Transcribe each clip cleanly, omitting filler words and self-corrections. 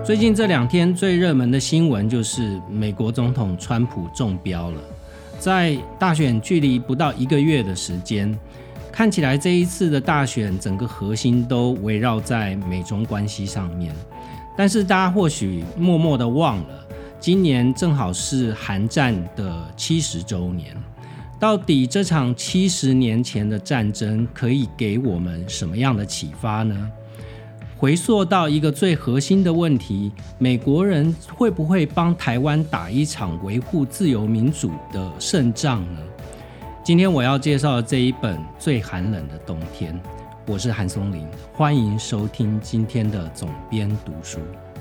最近这2天最热门的新闻就是美国总统川普中标了。在大选距离不到1个月的时间，看起来这一次的大选整个核心都围绕在美中关系上面。但是大家或许默默的忘了，今年正好是韩战的70周年。到底这场70年前的战争可以给我们什么样的启发呢？回溯到一个最核心的问题，美国人会不会帮台湾打一场维护自由民主的胜仗呢？今天我要介绍的这一本《最寒冷的冬天》，我是韩松林，欢迎收听今天的总编读书。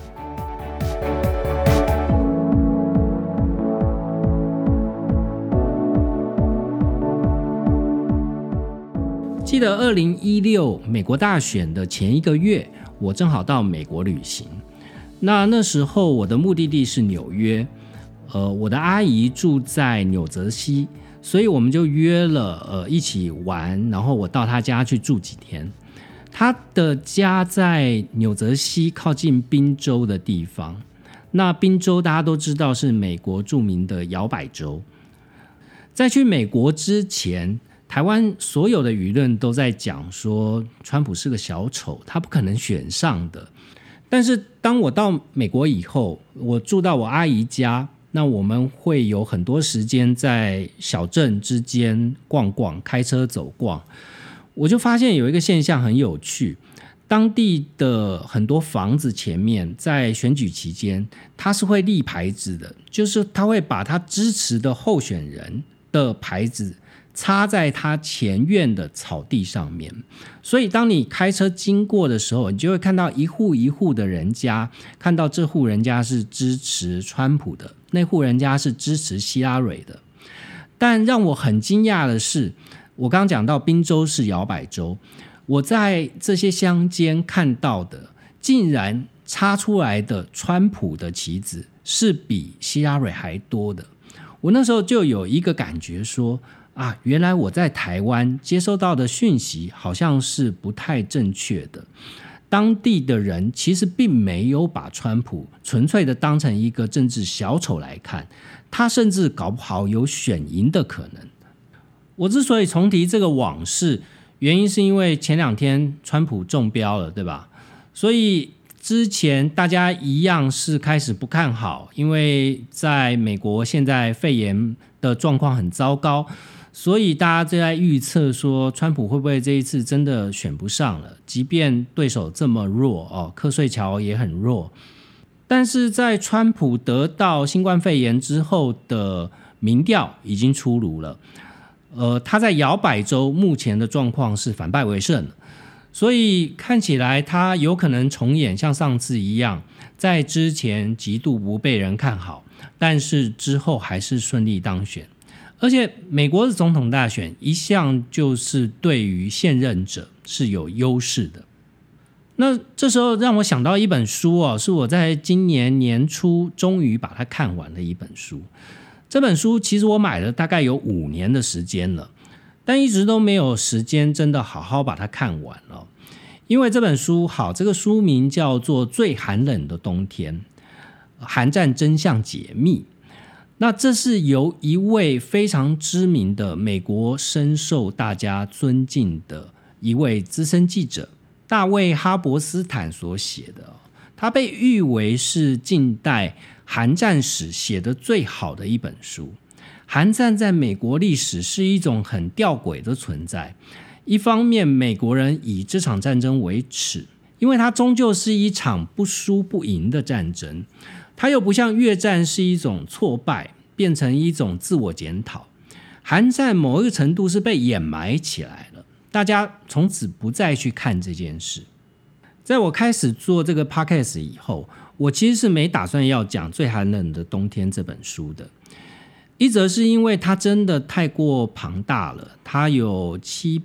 记得2016美国大选的前1个月，我正好到美国旅行。那时候我的目的地是纽约，我的阿姨住在纽泽西，所以我们就约了一起玩，然后我到她家去住几天。她的家在纽泽西靠近宾州的地方。那宾州大家都知道是美国著名的摇摆州。在去美国之前，台湾所有的舆论都在讲说川普是个小丑，他不可能选上的。但是当我到美国以后，我住到我阿姨家，那我们会有很多时间在小镇之间逛逛，开车走逛。我就发现有一个现象很有趣，当地的很多房子前面在选举期间，他是会立牌子的，就是他会把他支持的候选人的牌子插在他前院的草地上面。所以当你开车经过的时候，你就会看到一户一户的人家，看到这户人家是支持川普的，那户人家是支持希拉蕊的。但让我很惊讶的是，我刚刚讲到宾州是摇摆州，我在这些乡间看到的，竟然插出来的川普的旗子是比希拉蕊还多的。我那时候就有一个感觉说，原来我在台湾接收到的讯息好像是不太正确的。当地的人其实并没有把川普纯粹的当成一个政治小丑来看，他甚至搞不好有选赢的可能。我之所以重提这个往事，原因是因为前2天川普中标了，对吧？所以之前大家一样是开始不看好，因为在美国现在肺炎的状况很糟糕，所以大家就在预测说川普会不会这一次真的选不上了，即便对手这么弱，柯税乔也很弱。但是在川普得到新冠肺炎之后的民调已经出炉了，他在摇摆州目前的状况是反败为胜了，所以看起来他有可能重演像上次一样，在之前极度不被人看好，但是之后还是顺利当选。而且美国的总统大选一向就是对于现任者是有优势的。那这时候让我想到一本书，是我在今年年初终于把它看完的一本书。这本书其实我买了大概有5年的时间了，但一直都没有时间真的好好把它看完了。因为这本书这个书名叫做《最寒冷的冬天：韩战真相解密》。那这是由一位非常知名的美国深受大家尊敬的一位资深记者大卫哈伯斯坦所写的。他被誉为是近代韩战史写得最好的一本书。韩战在美国历史是一种很吊诡的存在，一方面美国人以这场战争为耻，因为它终究是一场不输不赢的战争，它又不像越战是一种挫败，变成一种自我检讨。韩战某一个程度是被掩埋起来了，大家从此不再去看这件事。在我开始做这个 podcast 以后，我其实是没打算要讲《最寒冷的冬天》这本书的。一则是因为它真的太过庞大了，它有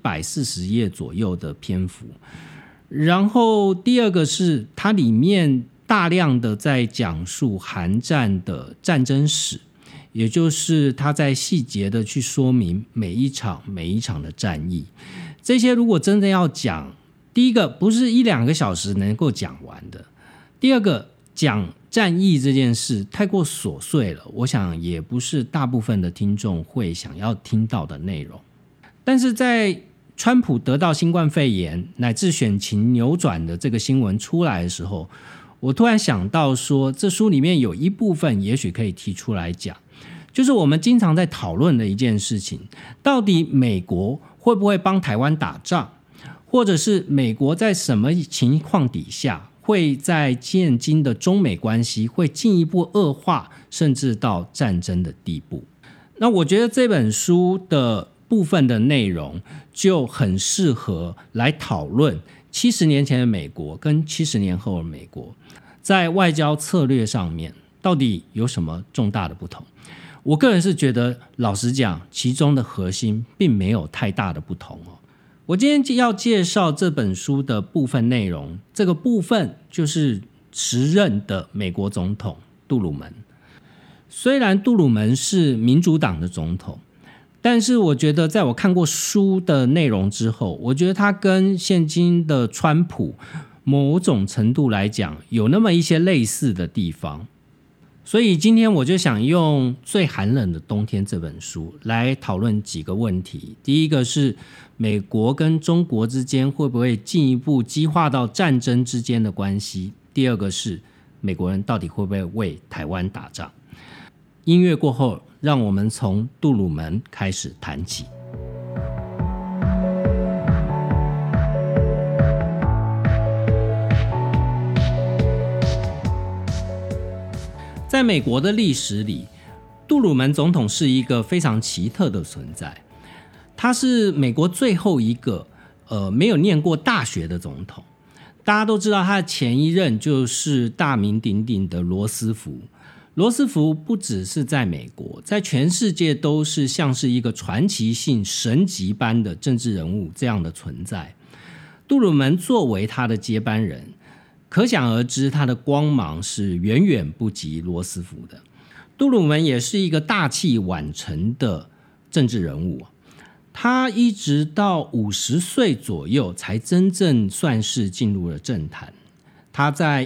740页左右的篇幅。然后第二个是它里面大量的在讲述韩战的战争史，也就是它在细节的去说明每一场的战役。这些如果真的要讲，第一个不是1-2个小时能够讲完的，第二个讲战役这件事太过琐碎了，我想也不是大部分的听众会想要听到的内容。但是在川普得到新冠肺炎乃至选情扭转的这个新闻出来的时候，我突然想到说，这书里面有一部分也许可以提出来讲，就是我们经常在讨论的一件事情，到底美国会不会帮台湾打仗，或者是美国在什么情况底下会在现今的中美关系会进一步恶化，甚至到战争的地步。那我觉得这本书的部分的内容就很适合来讨论70年前的美国跟70年后的美国在外交策略上面到底有什么重大的不同。我个人是觉得，老实讲，其中的核心并没有太大的不同哦。我今天要介绍这本书的部分内容，这个部分就是时任的美国总统杜鲁门。虽然杜鲁门是民主党的总统，但是我觉得在我看过书的内容之后，我觉得他跟现今的川普某种程度来讲有那么一些类似的地方。所以今天我就想用《最寒冷的冬天》这本书来讨论几个问题。第一个是美国跟中国之间会不会进一步激化到战争之间的关系，第二个是美国人到底会不会为台湾打仗。音乐过后，让我们从杜鲁门开始谈起。在美国的历史里，杜鲁门总统是一个非常奇特的存在。他是美国最后一个没有念过大学的总统。大家都知道，他的前一任就是大名鼎鼎的罗斯福。罗斯福不只是在美国，在全世界都是像是一个传奇性神级般的政治人物这样的存在。杜鲁门作为他的接班人，可想而知他的光芒是远远不及罗斯福的。杜鲁门也是一个大器晚成的政治人物，他一直到50岁左右才真正算是进入了政坛。他在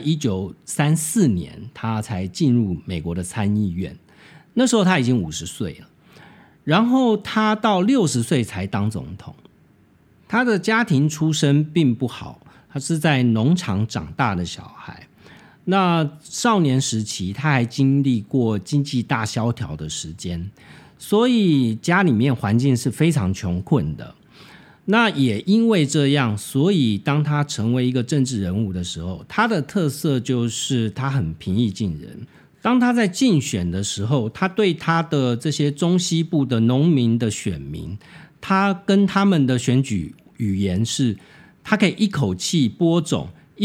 1934年他才进入美国的参议院，那时候他已经50岁了。然后他到60岁才当总统。他的家庭出身并不好，他是在农场长大的小孩。那少年时期他还经历过经济大萧条的时间，所以家里面环境是非常穷困的。那也因为这样，所以当他成为一个政治人物的时候，他的特色就是他很平易近人。当他在竞选的时候，他对他的这些中西部的农民的选民，他跟他们的选举语言是，他可以一口气播种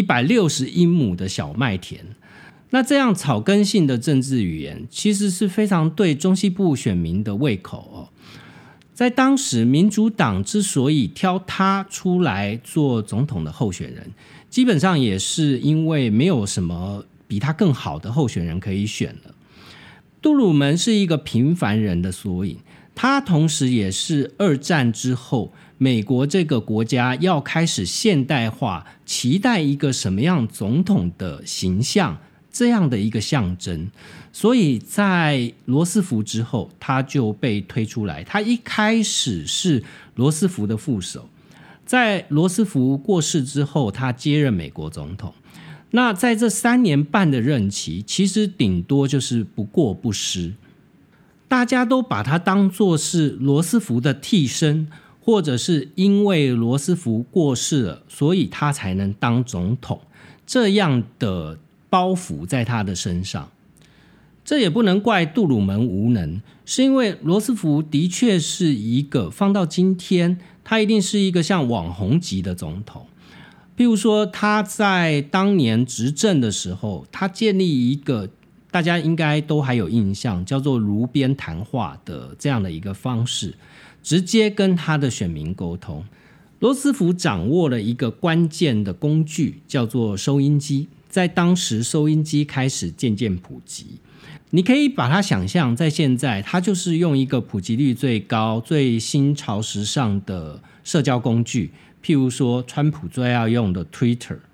160英亩的小麦田。那这样草根性的政治语言其实是非常对中西部选民的胃口哦。在当时，民主党之所以挑他出来做总统的候选人，基本上也是因为没有什么比他更好的候选人可以选了。杜鲁门是一个平凡人的缩影，他同时也是2战之后美国这个国家要开始现代化，期待一个什么样总统的形象，这样的一个象征。所以在罗斯福之后，他就被推出来。他一开始是罗斯福的副手，在罗斯福过世之后，他接任美国总统。那在这3年半的任期，其实顶多就是不过不失。大家都把他当作是罗斯福的替身，或者是因为罗斯福过世了，所以他才能当总统，这样的包袱在他的身上。这也不能怪杜鲁门无能，是因为罗斯福的确是一个放到今天，他一定是一个像网红级的总统。譬如说，他在当年执政的时候，他建立一个大家应该都还有印象，叫做炉边谈话的这样的一个方式，直接跟他的选民沟通。罗斯福掌握了一个关键的工具，叫做收音机。在当时，收音机开始渐渐普及。你可以把它想象，在现在，它就是用一个普及率最高、最新潮时尚的社交工具，譬如说川普最要用的 Twitter。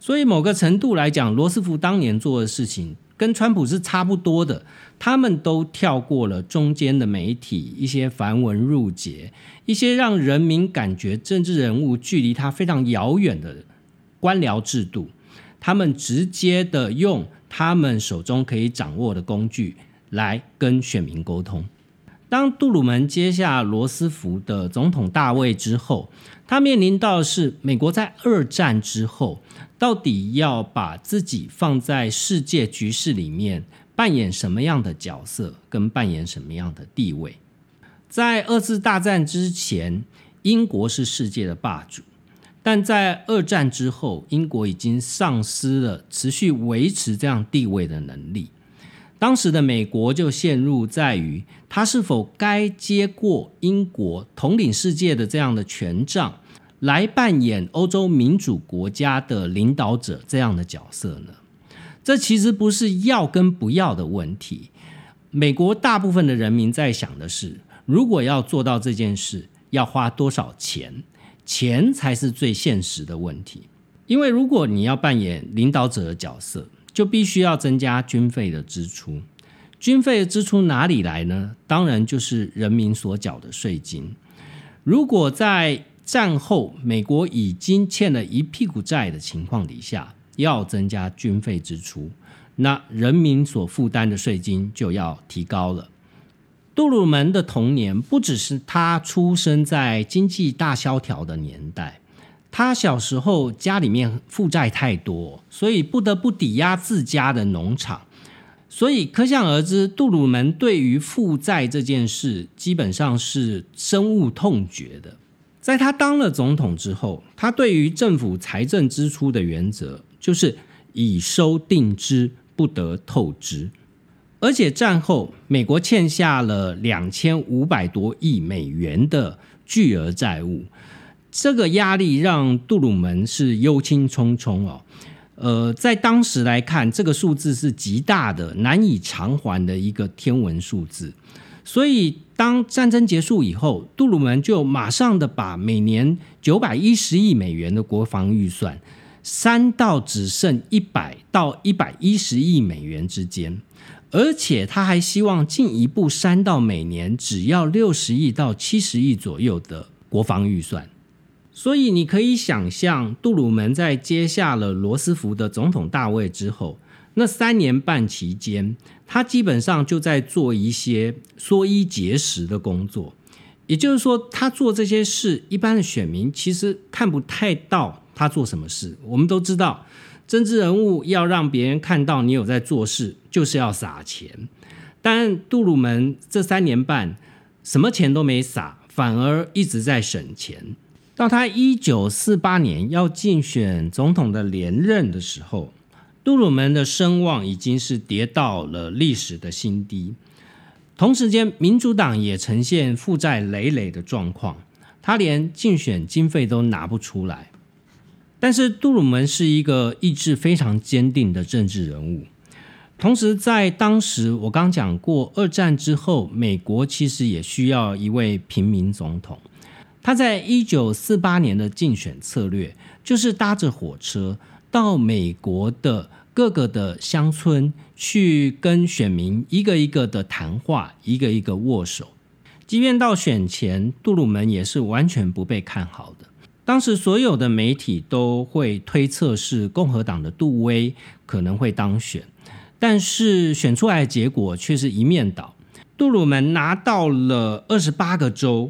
所以某个程度来讲，罗斯福当年做的事情跟川普是差不多的，他们都跳过了中间的媒体，一些繁文缛节，一些让人民感觉政治人物距离他非常遥远的官僚制度，他们直接的用他们手中可以掌握的工具来跟选民沟通。当杜鲁门接下罗斯福的总统大位之后，他面临到的是美国在二战之后到底要把自己放在世界局势里面扮演什么样的角色，跟扮演什么样的地位。在二次大战之前，英国是世界的霸主，但在二战之后，英国已经丧失了持续维持这样地位的能力。当时的美国就陷入在于他是否该接过英国统领世界的这样的权杖，来扮演欧洲民主国家的领导者这样的角色呢？这其实不是要跟不要的问题。美国大部分的人民在想的是，如果要做到这件事，要花多少钱？钱才是最现实的问题。因为如果你要扮演领导者的角色，就必须要增加军费的支出。军费的支出哪里来呢？当然就是人民所缴的税金。如果在战后美国已经欠了一屁股债的情况底下，要增加军费支出，那人民所负担的税金就要提高了。杜鲁门的童年不只是他出生在经济大萧条的年代，他小时候家里面负债太多，所以不得不抵押自家的农场。所以可想而知，杜鲁门对于负债这件事基本上是深恶痛绝的。在他当了总统之后，他对于政府财政支出的原则就是以收定支，不得透支。而且战后美国欠下了2500多亿美元的巨额债务，这个压力让杜鲁门是忧心忡忡在当时来看，这个数字是极大的，难以偿还的一个天文数字。所以当战争结束以后，杜鲁门就马上的把每年910亿美元的国防预算删到只剩100到110亿美元之间，而且他还希望进一步删到每年只要60亿到70亿左右的国防预算。所以你可以想象，杜鲁门在接下了罗斯福的总统大位之后，那3年半期间，他基本上就在做一些缩衣节食的工作。也就是说，他做这些事，一般的选民其实看不太到他做什么事。我们都知道，政治人物要让别人看到你有在做事，就是要撒钱。但杜鲁门这3年半什么钱都没撒，反而一直在省钱。到他1948年要竞选总统的连任的时候，杜鲁门的声望已经是跌到了历史的新低。同时间，民主党也呈现负债累累的状况，他连竞选经费都拿不出来。但是杜鲁门是一个意志非常坚定的政治人物。同时在当时我刚讲过，二战之后美国其实也需要一位平民总统。他在1948年的竞选策略就是搭着火车到美国的各个的乡村去跟选民一个一个的谈话，一个一个握手。即便到选前，杜鲁门也是完全不被看好的。当时所有的媒体都会推测是共和党的杜威可能会当选，但是选出来的结果却是一面倒。杜鲁门拿到了28个州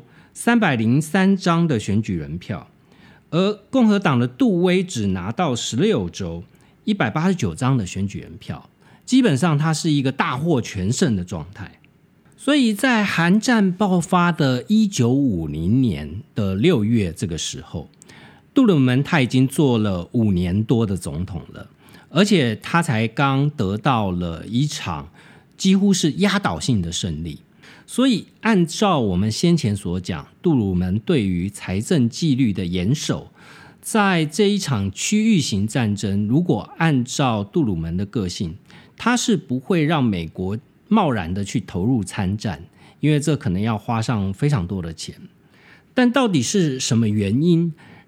303张的选举人票，而共和党的杜威只拿到16州189张的选举人票，基本上他是一个大获全胜的状态。所以在韩战爆发的1950年的6月这个时候，杜鲁门他已经做了5年多的总统了，而且他才刚得到了一场几乎是压倒性的胜利。所以按照我们先前所讲，杜鲁门对于财政纪律的严守，在这一场区域型战争，如果按照杜鲁门的个性，他是不会让美国贸然的去投入参战，因为这可能要花上非常多的钱。但到底是什么原因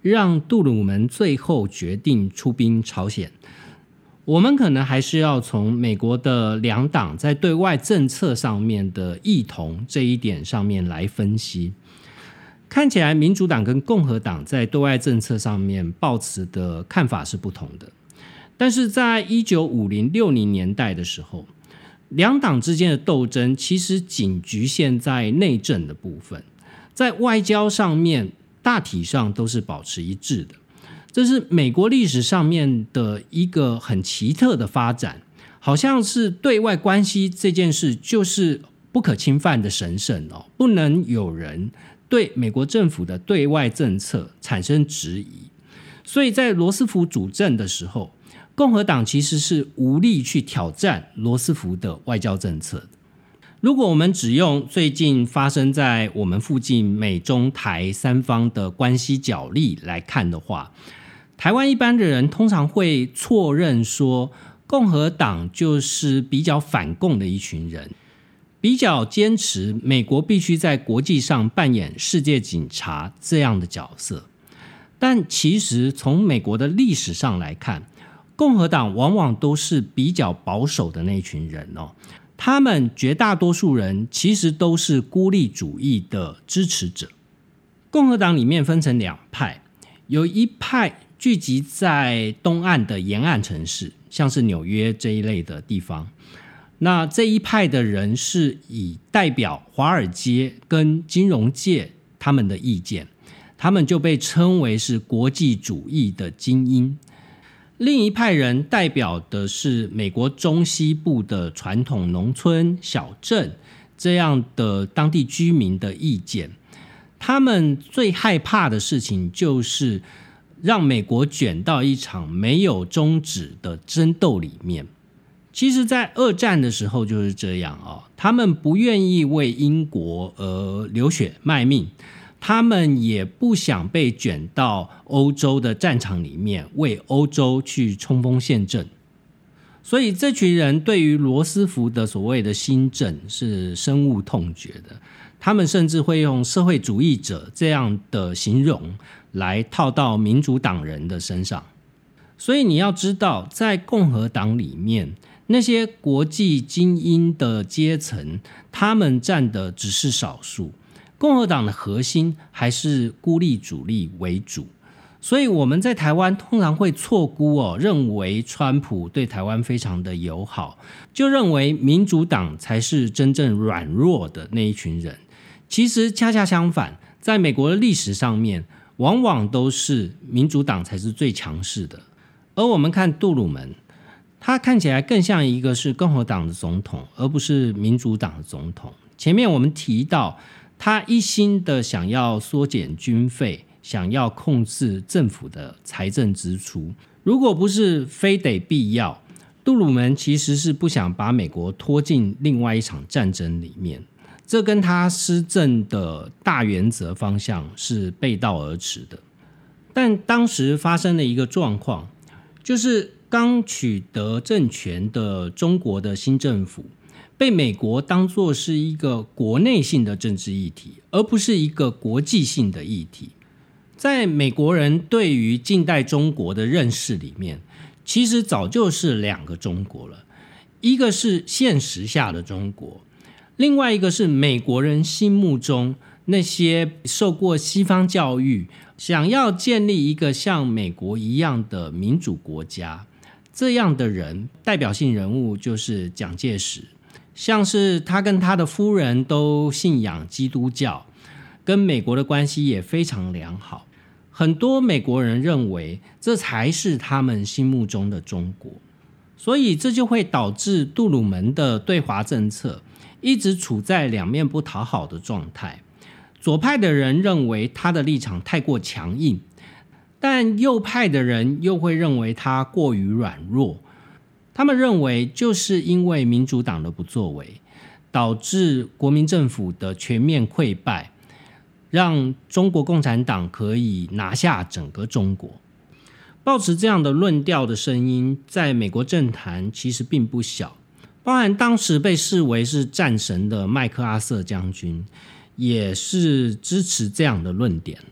让杜鲁门最后决定出兵朝鲜。我们可能还是要从美国的两党在对外政策上面的异同这一点上面来分析。看起来民主党跟共和党在对外政策上面抱持的看法是不同的，但是在1950、60年代的时候，两党之间的斗争其实仅局限在内政的部分，在外交上面大体上都是保持一致的。这是美国历史上面的一个很奇特的发展，好像是对外关系这件事就是不可侵犯的神圣哦，不能有人对美国政府的对外政策产生质疑。所以在罗斯福主政的时候，共和党其实是无力去挑战罗斯福的外交政策的。如果我们只用最近发生在我们附近美中台三方的关系角力来看的话，台湾一般的人通常会错认说共和党就是比较反共的一群人，比较坚持美国必须在国际上扮演世界警察这样的角色。但其实从美国的历史上来看，共和党往往都是比较保守的那群人哦，他们绝大多数人其实都是孤立主义的支持者。共和党里面分成两派，有一派聚集在东岸的沿岸城市，像是纽约这一类的地方。那这一派的人是以代表华尔街跟金融界他们的意见，他们就被称为是国际主义的精英。另一派人代表的是美国中西部的传统农村小镇这样的当地居民的意见，他们最害怕的事情就是让美国卷到一场没有终止的争斗里面。其实在二战的时候就是这样哦，他们不愿意为英国而流血卖命，他们也不想被卷到欧洲的战场里面为欧洲去冲锋陷阵。所以这群人对于罗斯福的所谓的新政是深恶痛绝的，他们甚至会用社会主义者这样的形容来套到民主党人的身上。所以你要知道，在共和党里面，那些国际精英的阶层，他们占的只是少数，共和党的核心还是孤立主力为主。所以我们在台湾通常会错估认为川普对台湾非常的友好，就认为民主党才是真正软弱的那一群人。其实恰恰相反，在美国的历史上面，往往都是民主党才是最强势的。而我们看杜鲁门，他看起来更像一个是共和党的总统，而不是民主党的总统。前面我们提到，他一心的想要缩减军费，想要控制政府的财政支出。如果不是非得必要，杜鲁门其实是不想把美国拖进另外一场战争里面。这跟他施政的大原则方向是背道而驰的。但当时发生了一个状况，就是刚取得政权的中国的新政府被美国当作是一个国内性的政治议题，而不是一个国际性的议题。在美国人对于近代中国的认识里面，其实早就是两个中国了，一个是现实下的中国，另外一个是美国人心目中那些受过西方教育，想要建立一个像美国一样的民主国家，这样的人代表性人物就是蒋介石，像是他跟他的夫人都信仰基督教，跟美国的关系也非常良好。很多美国人认为这才是他们心目中的中国，所以这就会导致杜鲁门的对华政策一直处在两面不讨好的状态。左派的人认为他的立场太过强硬，但右派的人又会认为他过于软弱。他们认为就是因为民主党的不作为，导致国民政府的全面溃败，让中国共产党可以拿下整个中国。抱持这样的论调的声音在美国政坛其实并不小，包含当时被视为是战神的麦克阿瑟将军也是支持这样的论点。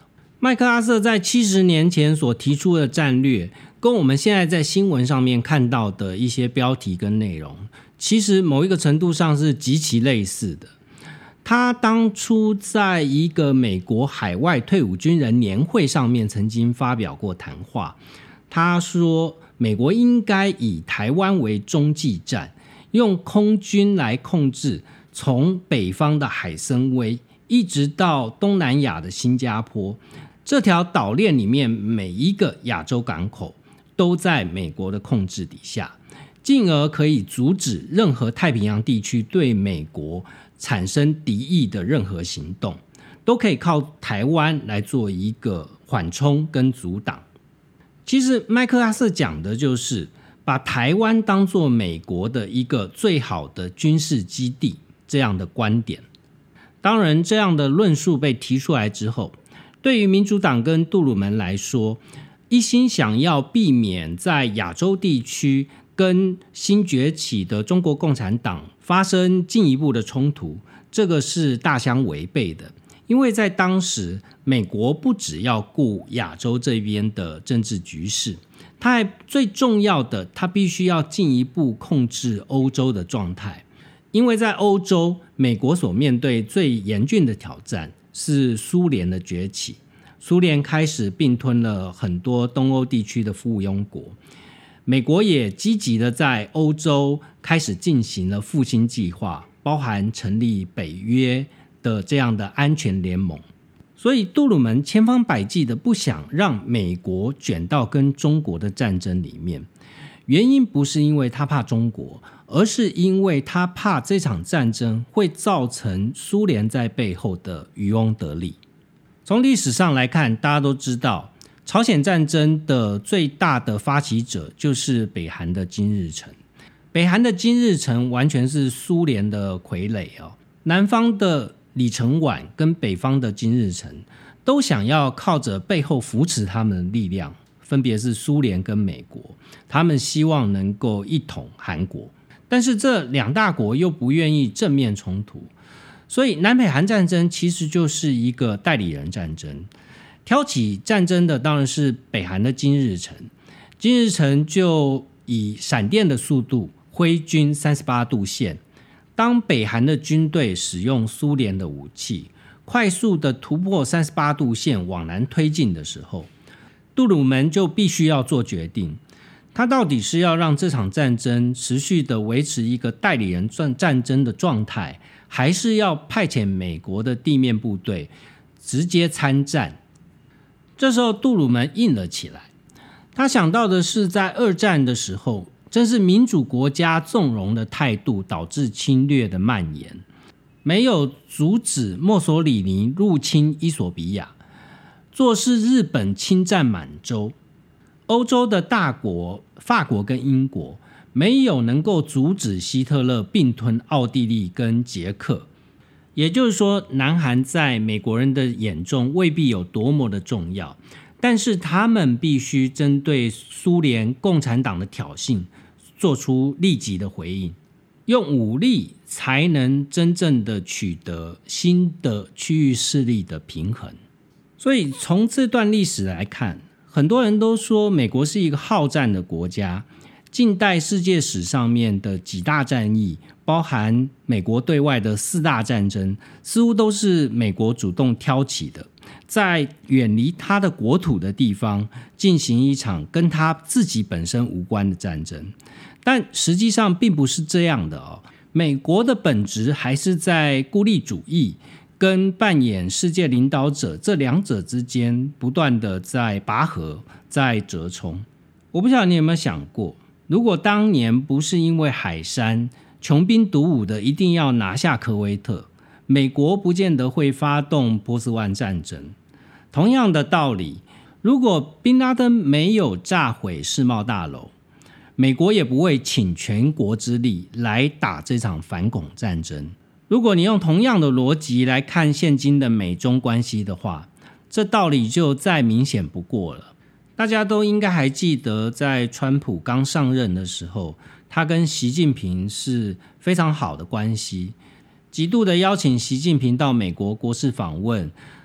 麦克阿瑟在70年前所提出的战略，跟我们现在在新闻上面看到的一些标题跟内容，其实某一个程度上是极其类似的。他当初在一个美国海外退伍军人年会上面曾经发表过谈话，他说美国应该以台湾为中继站，用空军来控制从北方的海参崴一直到东南亚的新加坡，这条岛链里面每一个亚洲港口都在美国的控制底下，进而可以阻止任何太平洋地区对美国产生敌意的任何行动，都可以靠台湾来做一个缓冲跟阻挡。其实麦克阿瑟讲的就是把台湾当作美国的一个最好的军事基地这样的观点。当然这样的论述被提出来之后，对于民主党跟杜鲁门来说，一心想要避免在亚洲地区跟新崛起的中国共产党发生进一步的冲突，这个是大相违背的。因为在当时，美国不只要顾亚洲这边的政治局势，它还最重要的，它必须要进一步控制欧洲的状态。因为在欧洲，美国所面对最严峻的挑战是苏联的崛起，苏联开始并吞了很多东欧地区的附庸国，美国也积极的在欧洲开始进行了复兴计划，包含成立北约的这样的安全联盟。所以杜鲁门千方百计的不想让美国卷到跟中国的战争里面，原因不是因为他怕中国，而是因为他怕这场战争会造成苏联在背后的渔翁得利。从历史上来看，大家都知道朝鲜战争的最大的发起者就是北韩的金日成。北韩的金日成完全是苏联的傀儡南方的李承晚跟北方的金日成都想要靠着背后扶持他们的力量，分别是苏联跟美国，他们希望能够一统韩国，但是这两大国又不愿意正面冲突，所以南北韩战争其实就是一个代理人战争。挑起战争的当然是北韩的金日成，金日成就以闪电的速度挥军38度线，当北韩的军队使用苏联的武器，快速的突破38度线往南推进的时候，杜鲁门就必须要做决定，他到底是要让这场战争持续的维持一个代理人战争的状态，还是要派遣美国的地面部队直接参战。这时候杜鲁门硬了起来，他想到的是在二战的时候，正是民主国家纵容的态度导致侵略的蔓延，没有阻止墨索里尼入侵伊索比亚，做是日本侵占满洲，欧洲的大国法国跟英国没有能够阻止希特勒并吞奥地利跟捷克。也就是说，南韩在美国人的眼中未必有多么的重要，但是他们必须针对苏联共产党的挑衅做出立即的回应，用武力才能真正的取得新的区域势力的平衡。所以从这段历史来看，很多人都说美国是一个好战的国家，近代世界史上面的几大战役，包含美国对外的4大战争，似乎都是美国主动挑起的，在远离他的国土的地方进行一场跟他自己本身无关的战争。但实际上并不是这样的美国的本质还是在孤立主义跟扮演世界领导者这两者之间不断的在拔河，在折冲。我不晓得你有没有想过，如果当年不是因为海珊穷兵黩武的一定要拿下科威特，美国不见得会发动波斯湾战争。同样的道理，如果宾拉登没有炸毁世贸大楼，美国也不会倾全国之力来打这场反恐战争。如果你用同样的逻辑来看现今的美中关系的话，这道理就再明显不过了。大家都应该还记得，在川普刚上任的时候，他跟习近平是非常好的关系，极度的邀请习近平到美国国事访问，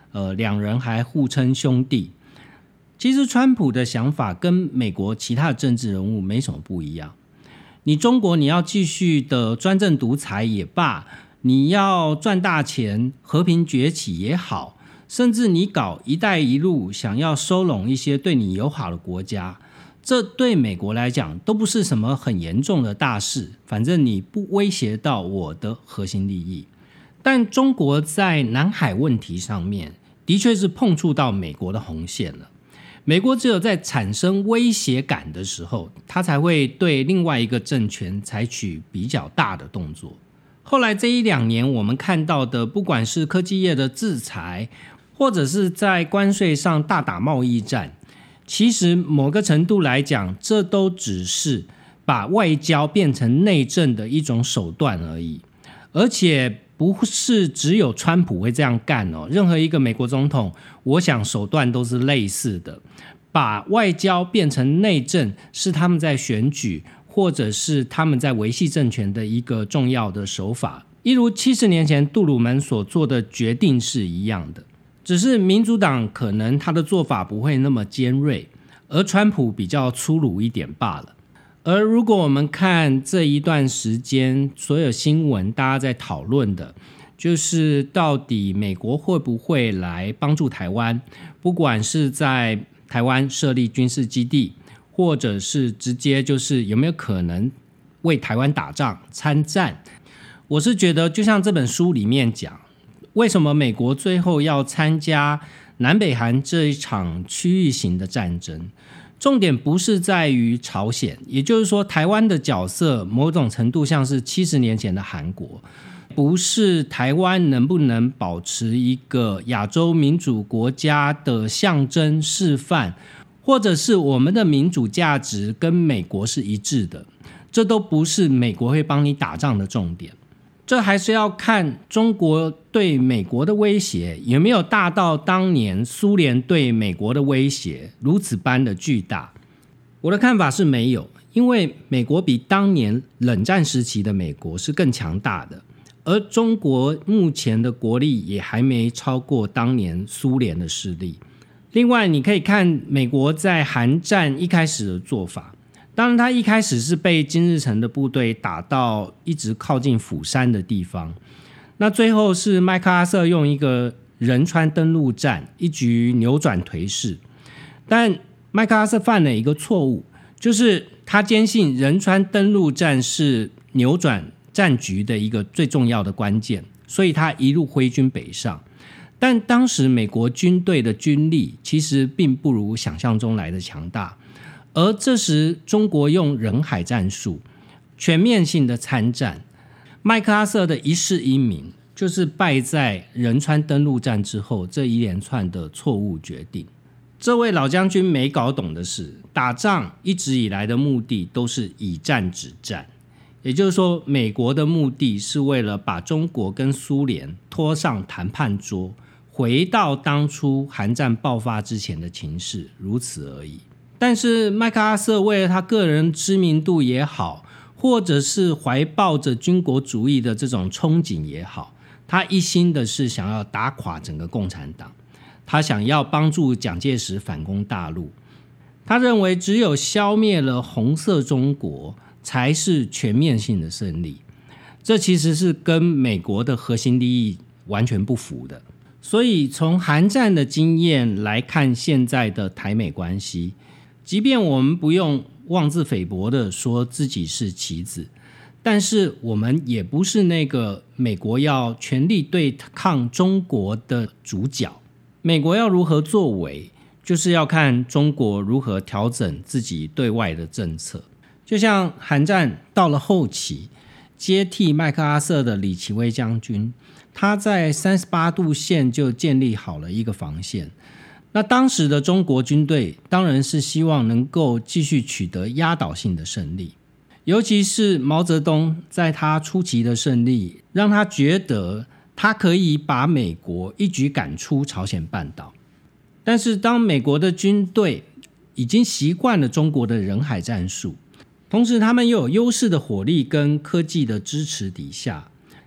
两人还互称兄弟。其实川普的想法跟美国其他的政治人物没什么不一样。你中国你要继续的专政独裁也罢，你要赚大钱和平崛起也好，甚至你搞一带一路想要收拢一些对你友好的国家，这对美国来讲都不是什么很严重的大事，反正你不威胁到我的核心利益。但中国在南海问题上面的确是碰触到美国的红线了。美国只有在产生威胁感的时候，他才会对另外一个政权采取比较大的动作。后来这1-2年我们看到的，不管是科技业的制裁，或者是在关税上大打贸易战，其实某个程度来讲，这都只是把外交变成内政的一种手段而已。而且不是只有川普会这样干哦，任何一个美国总统，我想手段都是类似的。把外交变成内政是他们在选举或者是他们在维系政权的一个重要的手法，一如70年前杜鲁门所做的决定是一样的。只是民主党可能他的做法不会那么尖锐，而川普比较粗鲁一点罢了。而如果我们看这一段时间所有新闻大家在讨论的，就是到底美国会不会来帮助台湾，不管是在台湾设立军事基地，或者是直接就是有没有可能为台湾打仗参战。我是觉得就像这本书里面讲，为什么美国最后要参加南北韩这一场区域型的战争，重点不是在于朝鲜，也就是说台湾的角色某种程度像是70年前的韩国，不是台湾能不能保持一个亚洲民主国家的象征示范，或者是我们的民主价值跟美国是一致的，这都不是美国会帮你打仗的重点。这还是要看中国对美国的威胁有没有大到当年苏联对美国的威胁如此般的巨大。我的看法是没有，因为美国比当年冷战时期的美国是更强大的，而中国目前的国力也还没超过当年苏联的势力。另外你可以看美国在韩战一开始的做法，当然他一开始是被金日成的部队打到一直靠近釜山的地方，那最后是麦克阿瑟用一个仁川登陆战一举扭转颓势。但麦克阿瑟犯了一个错误，就是他坚信仁川登陆战是扭转战局的一个最重要的关键，所以他一路挥军北上。但当时美国军队的军力其实并不如想象中来的强大，而这时中国用人海战术全面性的参战，麦克阿瑟的一世英名就是败在仁川登陆战之后这一连串的错误决定。这位老将军没搞懂的是，打仗一直以来的目的都是以战止战，也就是说美国的目的是为了把中国跟苏联拖上谈判桌，回到当初韩战爆发之前的情势，如此而已。但是麦克阿瑟为了他个人知名度也好，或者是怀抱着军国主义的这种憧憬也好，他一心的是想要打垮整个共产党，他想要帮助蒋介石反攻大陆。他认为只有消灭了红色中国才是全面性的胜利，这其实是跟美国的核心利益完全不符的。所以从韩战的经验来看现在的台美关系，即便我们不用妄自菲薄的说自己是棋子，但是我们也不是那个美国要全力对抗中国的主角。美国要如何作为，就是要看中国如何调整自己对外的政策。就像韩战到了后期，接替麦克阿瑟的李奇微将军，他在38度线就建立好了一个防线。那当时的中国军队当然是希望能够继续取得压倒性的胜利，尤其是毛泽东在他初期的胜利，让他觉得他可以把美国一举赶出朝鲜半岛。但是当美国的军队已经习惯了中国的人海战术，同时他们又有优势的火力跟科技的支持底下，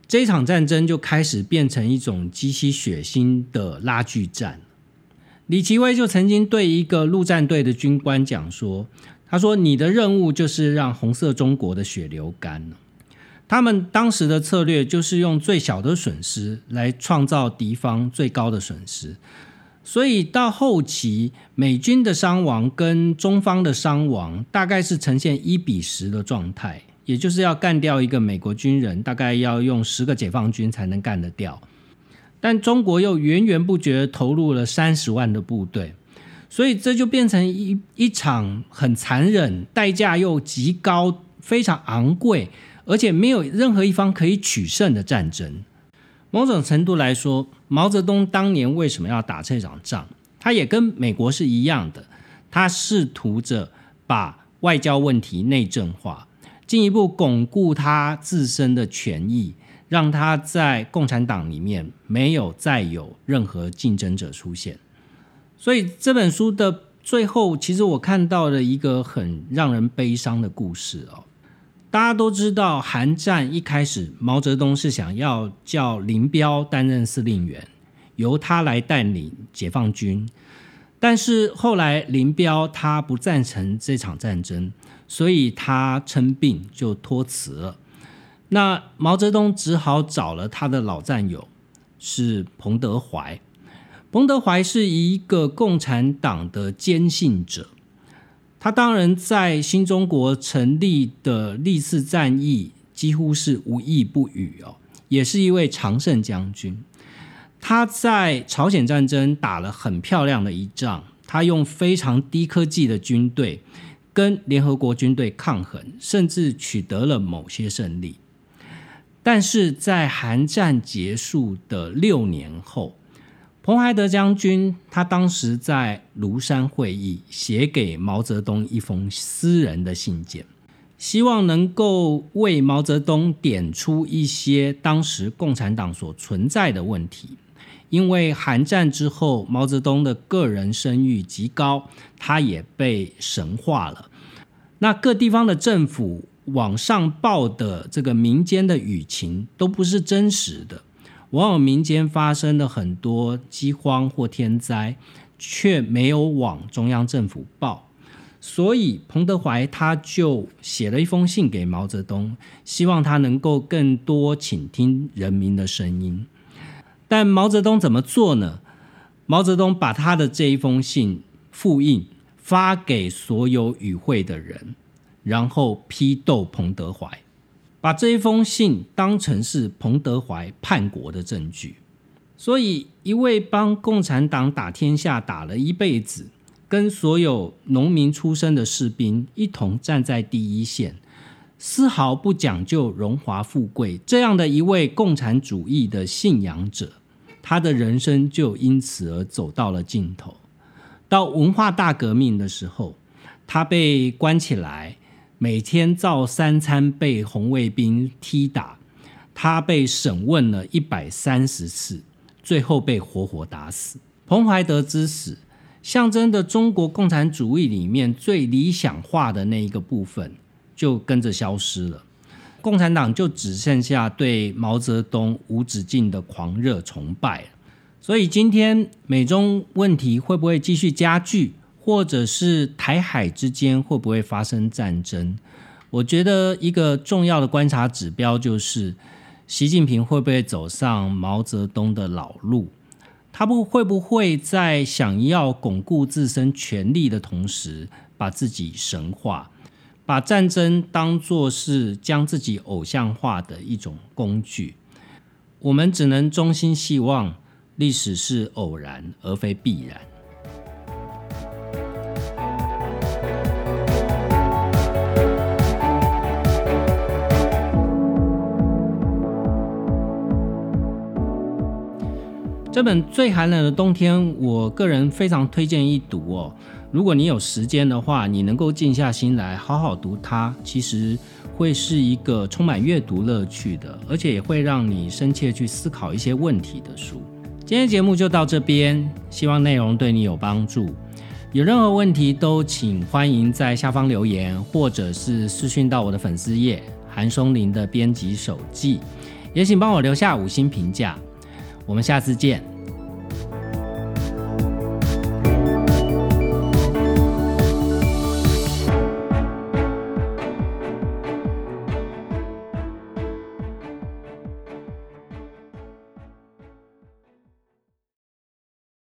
这一场战争就开始变成一种极其血腥的拉锯战。李奇微就曾经对一个陆战队的军官讲说，他说你的任务就是让红色中国的血流干。他们当时的策略就是用最小的损失来创造敌方最高的损失，所以到后期美军的伤亡跟中方的伤亡大概是呈现1:10的状态，也就是要干掉一个美国军人大概要用10个解放军才能干得掉，但中国又源源不绝投入了30万的部队，所以这就变成一场很残忍、代价又极高、非常昂贵，而且没有任何一方可以取胜的战争。某种程度来说，毛泽东当年为什么要打这场仗，他也跟美国是一样的，他试图着把外交问题内政化，进一步巩固他自身的权益，让他在共产党里面没有再有任何竞争者出现。所以这本书的最后，其实我看到了一个很让人悲伤的故事哦。大家都知道，韩战一开始，毛泽东是想要叫林彪担任司令员，由他来带领解放军。但是后来林彪他不赞成这场战争，所以他称病就托辞了。那毛泽东只好找了他的老战友，是彭德怀。彭德怀是一个共产党的坚信者。他当然在新中国成立的历次战役几乎是无一不语哦，也是一位常胜将军。他在朝鲜战争打了很漂亮的一仗，他用非常低科技的军队跟联合国军队抗衡，甚至取得了某些胜利。但是在韩战结束的6年后，彭怀德将军他当时在庐山会议写给毛泽东一封私人的信件，希望能够为毛泽东点出一些当时共产党所存在的问题。因为韩战之后，毛泽东的个人声誉极高，他也被神化了。那各地方的政府往上报的这个民间的舆情都不是真实的，往往民间发生了很多饥荒或天灾，却没有往中央政府报。所以彭德怀他就写了一封信给毛泽东，希望他能够更多倾听人民的声音。但毛泽东怎么做呢？毛泽东把他的这一封信复印发给所有与会的人，然后批斗彭德怀，把这一封信当成是彭德怀叛国的证据。所以一位帮共产党打天下打了一辈子，跟所有农民出身的士兵一同站在第一线，丝毫不讲究荣华富贵，这样的一位共产主义的信仰者，他的人生就因此而走到了尽头。到文化大革命的时候，他被关起来，每天照3餐被红卫兵踢打，他被审问了130次，最后被活活打死。彭怀德之死象征的中国共产主义里面最理想化的那一个部分就跟着消失了，共产党就只剩下对毛泽东无止境的狂热崇拜了。所以今天美中问题会不会继续加剧，或者是台海之间会不会发生战争，我觉得一个重要的观察指标就是习近平会不会走上毛泽东的老路，他会不会在想要巩固自身权力的同时把自己神化，把战争当作是将自己偶像化的一种工具。我们只能衷心希望历史是偶然而非必然。这本《最寒冷的冬天》，我个人非常推荐一读哦。如果你有时间的话，你能够静下心来好好读它，其实会是一个充满阅读乐趣的，而且也会让你深切去思考一些问题的书。今天节目就到这边，希望内容对你有帮助。有任何问题都请欢迎在下方留言，或者是私讯到我的粉丝页韩松林的编辑手记， 也请帮我留下5星评价。我们下次见。